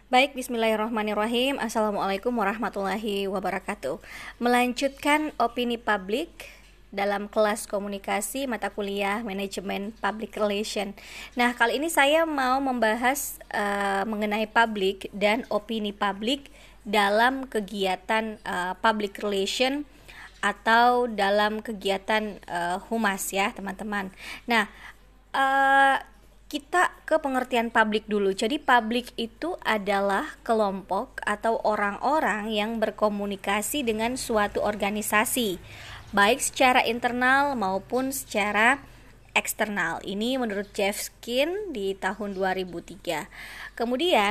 Baik, bismillahirrahmanirrahim. Assalamualaikum warahmatullahi wabarakatuh. Melanjutkan opini publik dalam kelas komunikasi mata kuliah manajemen public relation. Nah, kali ini saya mau membahas mengenai publik dan opini publik dalam kegiatan public relation atau dalam kegiatan humas ya, teman-teman. Nah, uh, kita ke pengertian publik dulu. Jadi publik itu adalah kelompok atau orang-orang yang berkomunikasi dengan suatu organisasi, baik secara internal maupun secara eksternal. Ini menurut Jeff Skin di tahun 2003. Kemudian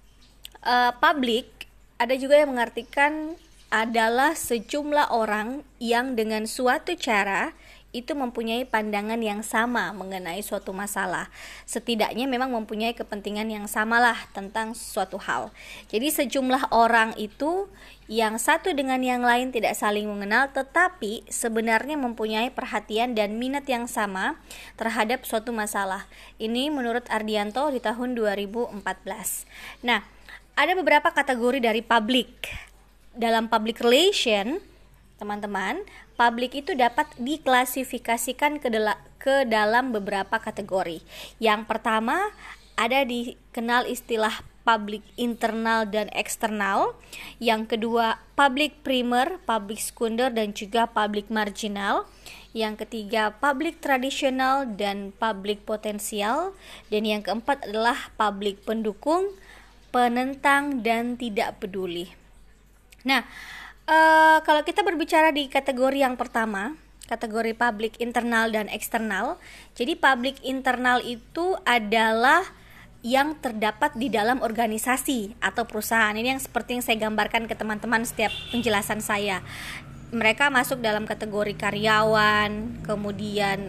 publik ada juga yang mengartikan adalah sejumlah orang yang dengan suatu cara itu mempunyai pandangan yang sama mengenai suatu masalah. Setidaknya memang mempunyai kepentingan yang samalah tentang suatu hal. Jadi sejumlah orang itu yang satu dengan yang lain tidak saling mengenal, tetapi sebenarnya mempunyai perhatian dan minat yang sama terhadap suatu masalah. Ini menurut Ardianto di tahun 2014. Nah, ada beberapa kategori dari publik. Dalam public relation, teman-teman, publik itu dapat diklasifikasikan ke dalam beberapa kategori. Yang pertama, ada dikenal istilah publik internal dan eksternal. Yang kedua, publik primer, publik sekunder, dan juga publik marginal. Yang ketiga, publik tradisional dan publik potensial. Dan yang keempat adalah publik pendukung, penentang, dan tidak peduli. Nah, kalau kita berbicara di kategori yang pertama, kategori publik internal dan eksternal. Jadi publik internal itu adalah yang terdapat di dalam organisasi atau perusahaan. Ini yang seperti yang saya gambarkan ke teman-teman setiap penjelasan saya. Mereka masuk dalam kategori karyawan, kemudian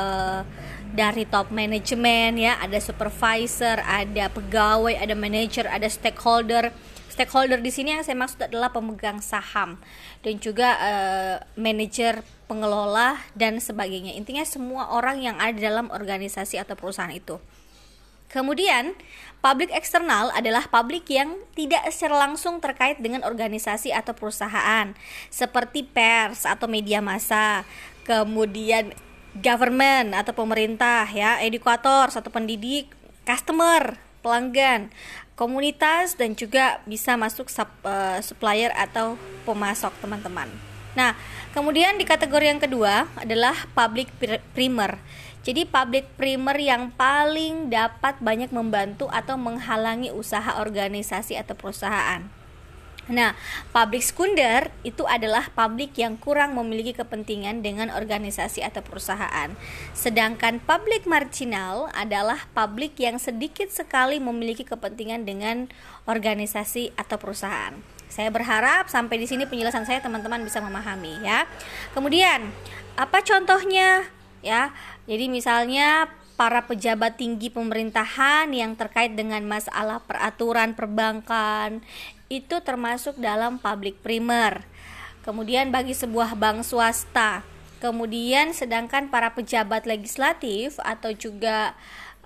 dari top manajemen ya, ada supervisor, ada pegawai, ada manajer, ada stakeholder. Stakeholder di sini yang saya maksud adalah pemegang saham dan juga manajer, pengelola dan sebagainya. Intinya semua orang yang ada dalam organisasi atau perusahaan itu. Kemudian, publik eksternal adalah publik yang tidak secara langsung terkait dengan organisasi atau perusahaan, seperti pers atau media massa, kemudian government atau pemerintah ya, edukator atau pendidik, customer, pelanggan, komunitas, dan juga bisa masuk supplier atau pemasok, teman-teman. Nah, kemudian di kategori yang kedua adalah public primer. Jadi public primer yang paling dapat banyak membantu atau menghalangi usaha organisasi atau perusahaan. Nah, public sekunder itu adalah publik yang kurang memiliki kepentingan dengan organisasi atau perusahaan. Sedangkan public marginal adalah publik yang sedikit sekali memiliki kepentingan dengan organisasi atau perusahaan. Saya berharap sampai di sini penjelasan saya teman-teman bisa memahami ya. Kemudian, apa contohnya ya? Jadi misalnya para pejabat tinggi pemerintahan yang terkait dengan masalah peraturan perbankan itu termasuk dalam public primer. Kemudian bagi sebuah bank swasta. Kemudian sedangkan para pejabat legislatif atau juga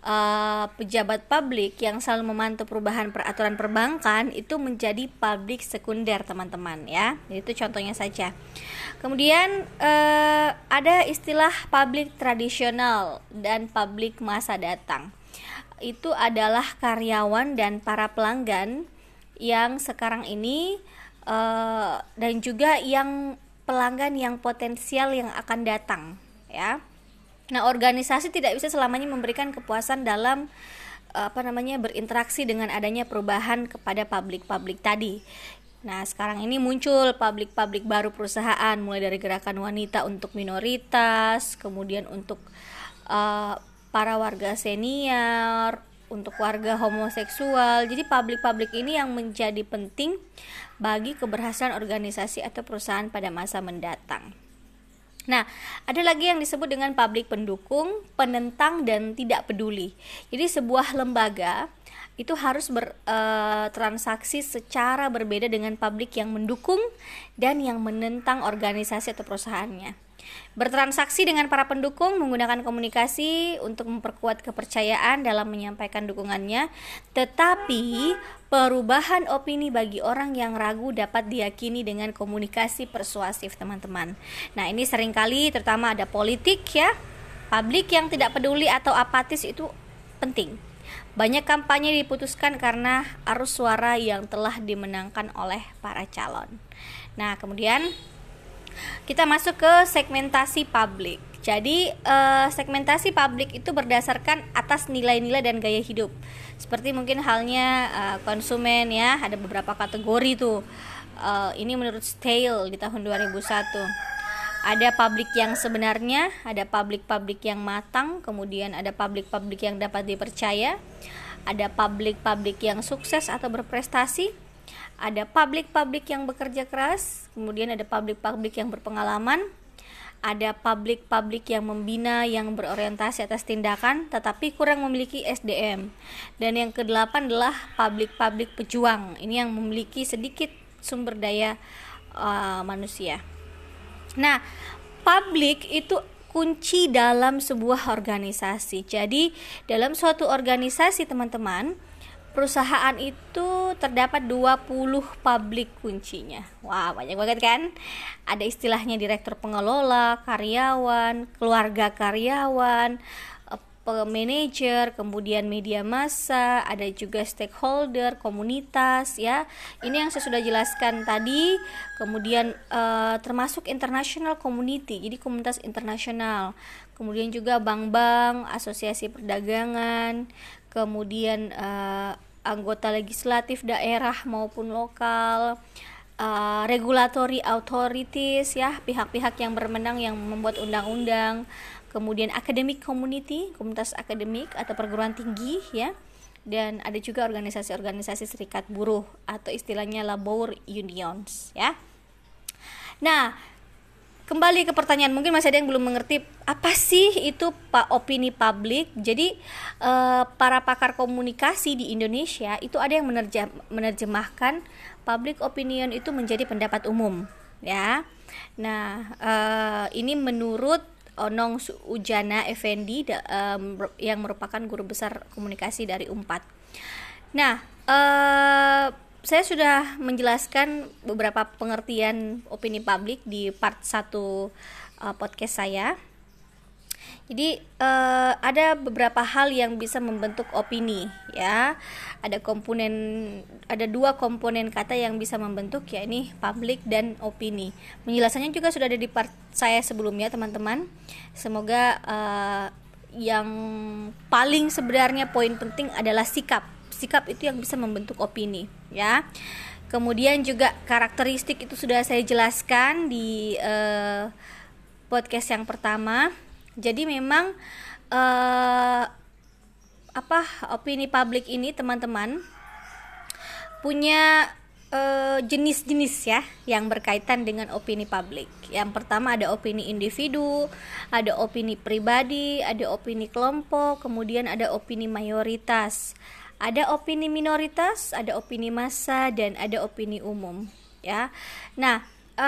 pejabat publik yang selalu memantau perubahan peraturan perbankan itu menjadi publik sekunder, teman-teman ya. Jadi itu contohnya saja. Kemudian ada istilah publik tradisional dan publik masa datang. Itu adalah karyawan dan para pelanggan yang sekarang ini dan juga yang pelanggan yang potensial yang akan datang ya. Nah, organisasi tidak bisa selamanya memberikan kepuasan dalam berinteraksi dengan adanya perubahan kepada publik-publik tadi. Nah, sekarang ini muncul publik-publik baru perusahaan, mulai dari gerakan wanita untuk minoritas, kemudian untuk para warga senior, untuk warga homoseksual. Jadi publik-publik ini yang menjadi penting bagi keberhasilan organisasi atau perusahaan pada masa mendatang. Nah, ada lagi yang disebut dengan publik pendukung, penentang, dan tidak peduli. Jadi sebuah lembaga itu harus bertransaksi secara berbeda dengan publik yang mendukung dan yang menentang organisasi atau perusahaannya. Bertransaksi dengan para pendukung menggunakan komunikasi untuk memperkuat kepercayaan dalam menyampaikan dukungannya, tetapi Perubahan opini bagi orang yang ragu dapat diyakini dengan komunikasi persuasif, teman-teman. Nah, ini seringkali terutama ada politik ya. Publik yang tidak peduli atau apatis itu penting. Banyak kampanye diputuskan karena arus suara yang telah dimenangkan oleh para calon. Nah, kemudian kita masuk ke segmentasi publik. Jadi segmentasi publik itu berdasarkan atas nilai-nilai dan gaya hidup. Seperti mungkin halnya konsumen ya, ada beberapa kategori tuh. Ini menurut Stale di tahun 2001. Ada publik yang sebenarnya, ada publik-publik yang matang, kemudian ada publik-publik yang dapat dipercaya, ada publik-publik yang sukses atau berprestasi, ada publik-publik yang bekerja keras, kemudian ada publik-publik yang berpengalaman, ada publik-publik yang membina, yang berorientasi atas tindakan tetapi kurang memiliki SDM. Dan yang kedelapan adalah publik-publik pejuang, ini yang memiliki sedikit sumber daya manusia. Nah, publik itu kunci dalam sebuah organisasi. Jadi dalam suatu organisasi, teman-teman, perusahaan itu terdapat 20 publik kuncinya. Wah, banyak banget kan? Ada istilahnya direktur pengelola, karyawan, keluarga karyawan, manajer, kemudian media massa, ada juga stakeholder, komunitas ya. Ini yang saya sudah jelaskan tadi. Kemudian termasuk international community, jadi komunitas internasional. Kemudian juga bank-bank, asosiasi perdagangan, kemudian anggota legislatif daerah maupun lokal, regulatory authorities ya, pihak-pihak yang berwenang yang membuat undang-undang. Kemudian academic community, komunitas akademik atau perguruan tinggi ya. Dan ada juga organisasi-organisasi serikat buruh atau istilahnya labor unions ya. Nah, kembali ke pertanyaan, mungkin masih ada yang belum mengerti apa sih itu opini publik. Jadi para pakar komunikasi di Indonesia itu ada yang menerjemahkan public opinion itu menjadi pendapat umum ya. Nah, ini menurut Onong Ujana Effendi yang merupakan guru besar komunikasi dari UNPAD. Nah, saya sudah menjelaskan beberapa pengertian opini publik di part 1 podcast saya. Jadi ada beberapa hal yang bisa membentuk opini ya. Ada dua komponen kata yang bisa membentuk, ya ini publik dan opini. Penjelasannya juga sudah ada di part saya sebelumnya, teman-teman. Semoga yang paling sebenarnya poin penting adalah sikap. Sikap itu yang bisa membentuk opini ya. Kemudian juga karakteristik itu sudah saya jelaskan di podcast yang pertama. Jadi memang opini publik ini, teman-teman, punya jenis-jenis ya yang berkaitan dengan opini publik. Yang pertama ada opini individu, ada opini pribadi, ada opini kelompok, kemudian ada opini mayoritas, ada opini minoritas, ada opini massa, dan ada opini umum ya. Nah,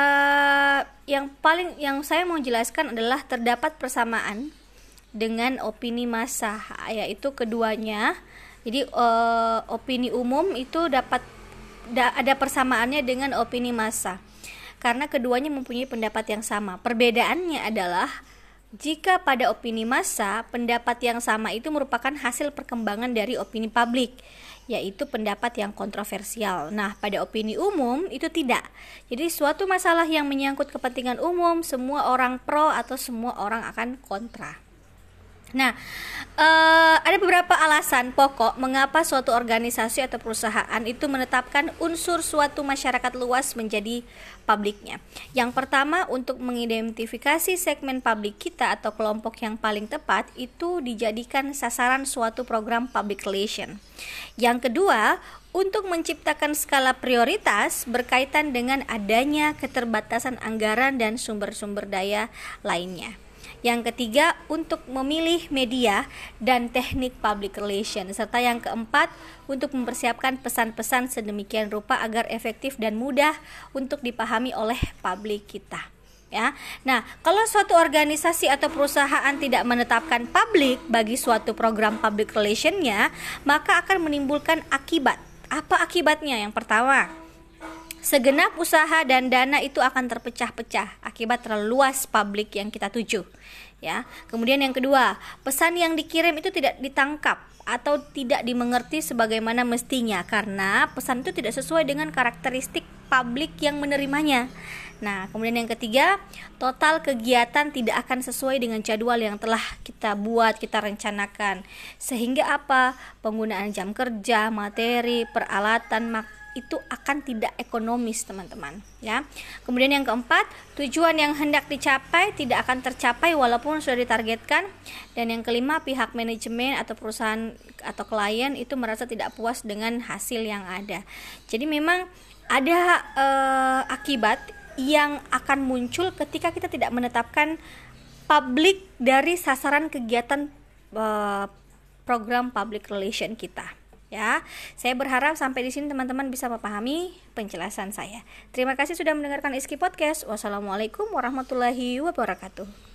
yang saya mau jelaskan adalah terdapat persamaan dengan opini massa, yaitu keduanya. Jadi opini umum itu ada persamaannya dengan opini massa karena keduanya mempunyai pendapat yang sama. Perbedaannya adalah jika pada opini massa, pendapat yang sama itu merupakan hasil perkembangan dari opini publik, yaitu pendapat yang kontroversial. Nah, pada opini umum itu tidak. Jadi suatu masalah yang menyangkut kepentingan umum, semua orang pro atau semua orang akan kontra. Nah, ada beberapa alasan pokok mengapa suatu organisasi atau perusahaan itu menetapkan unsur suatu masyarakat luas menjadi publiknya. Yang pertama, untuk mengidentifikasi segmen publik kita atau kelompok yang paling tepat itu dijadikan sasaran suatu program public relation. Yang kedua, untuk menciptakan skala prioritas berkaitan dengan adanya keterbatasan anggaran dan sumber-sumber daya lainnya. Yang ketiga, untuk memilih media dan teknik public relation. Serta yang keempat, untuk mempersiapkan pesan-pesan sedemikian rupa agar efektif dan mudah untuk dipahami oleh publik kita. Ya. Nah, kalau suatu organisasi atau perusahaan tidak menetapkan publik bagi suatu program public relation-nya, maka akan menimbulkan akibat Apa akibatnya? Yang pertama, segenap usaha dan dana itu akan terpecah-pecah akibat terlalu luas publik yang kita tuju. Ya. Kemudian yang kedua, pesan yang dikirim itu tidak ditangkap atau tidak dimengerti sebagaimana mestinya karena pesan itu tidak sesuai dengan karakteristik publik yang menerimanya. Nah, kemudian yang ketiga, total kegiatan tidak akan sesuai dengan jadwal yang telah kita buat, kita rencanakan. Sehingga apa? Penggunaan jam kerja, materi, peralatan itu akan tidak ekonomis, teman-teman, ya. Kemudian yang keempat, tujuan yang hendak dicapai tidak akan tercapai walaupun sudah ditargetkan. Dan yang kelima, pihak manajemen atau perusahaan atau klien itu merasa tidak puas dengan hasil yang ada. Jadi memang ada akibat yang akan muncul ketika kita tidak menetapkan publik dari sasaran kegiatan program public relation kita. Ya, saya berharap sampai di sini teman-teman bisa memahami penjelasan saya. Terima kasih sudah mendengarkan Iski Podcast. Wassalamualaikum warahmatullahi wabarakatuh.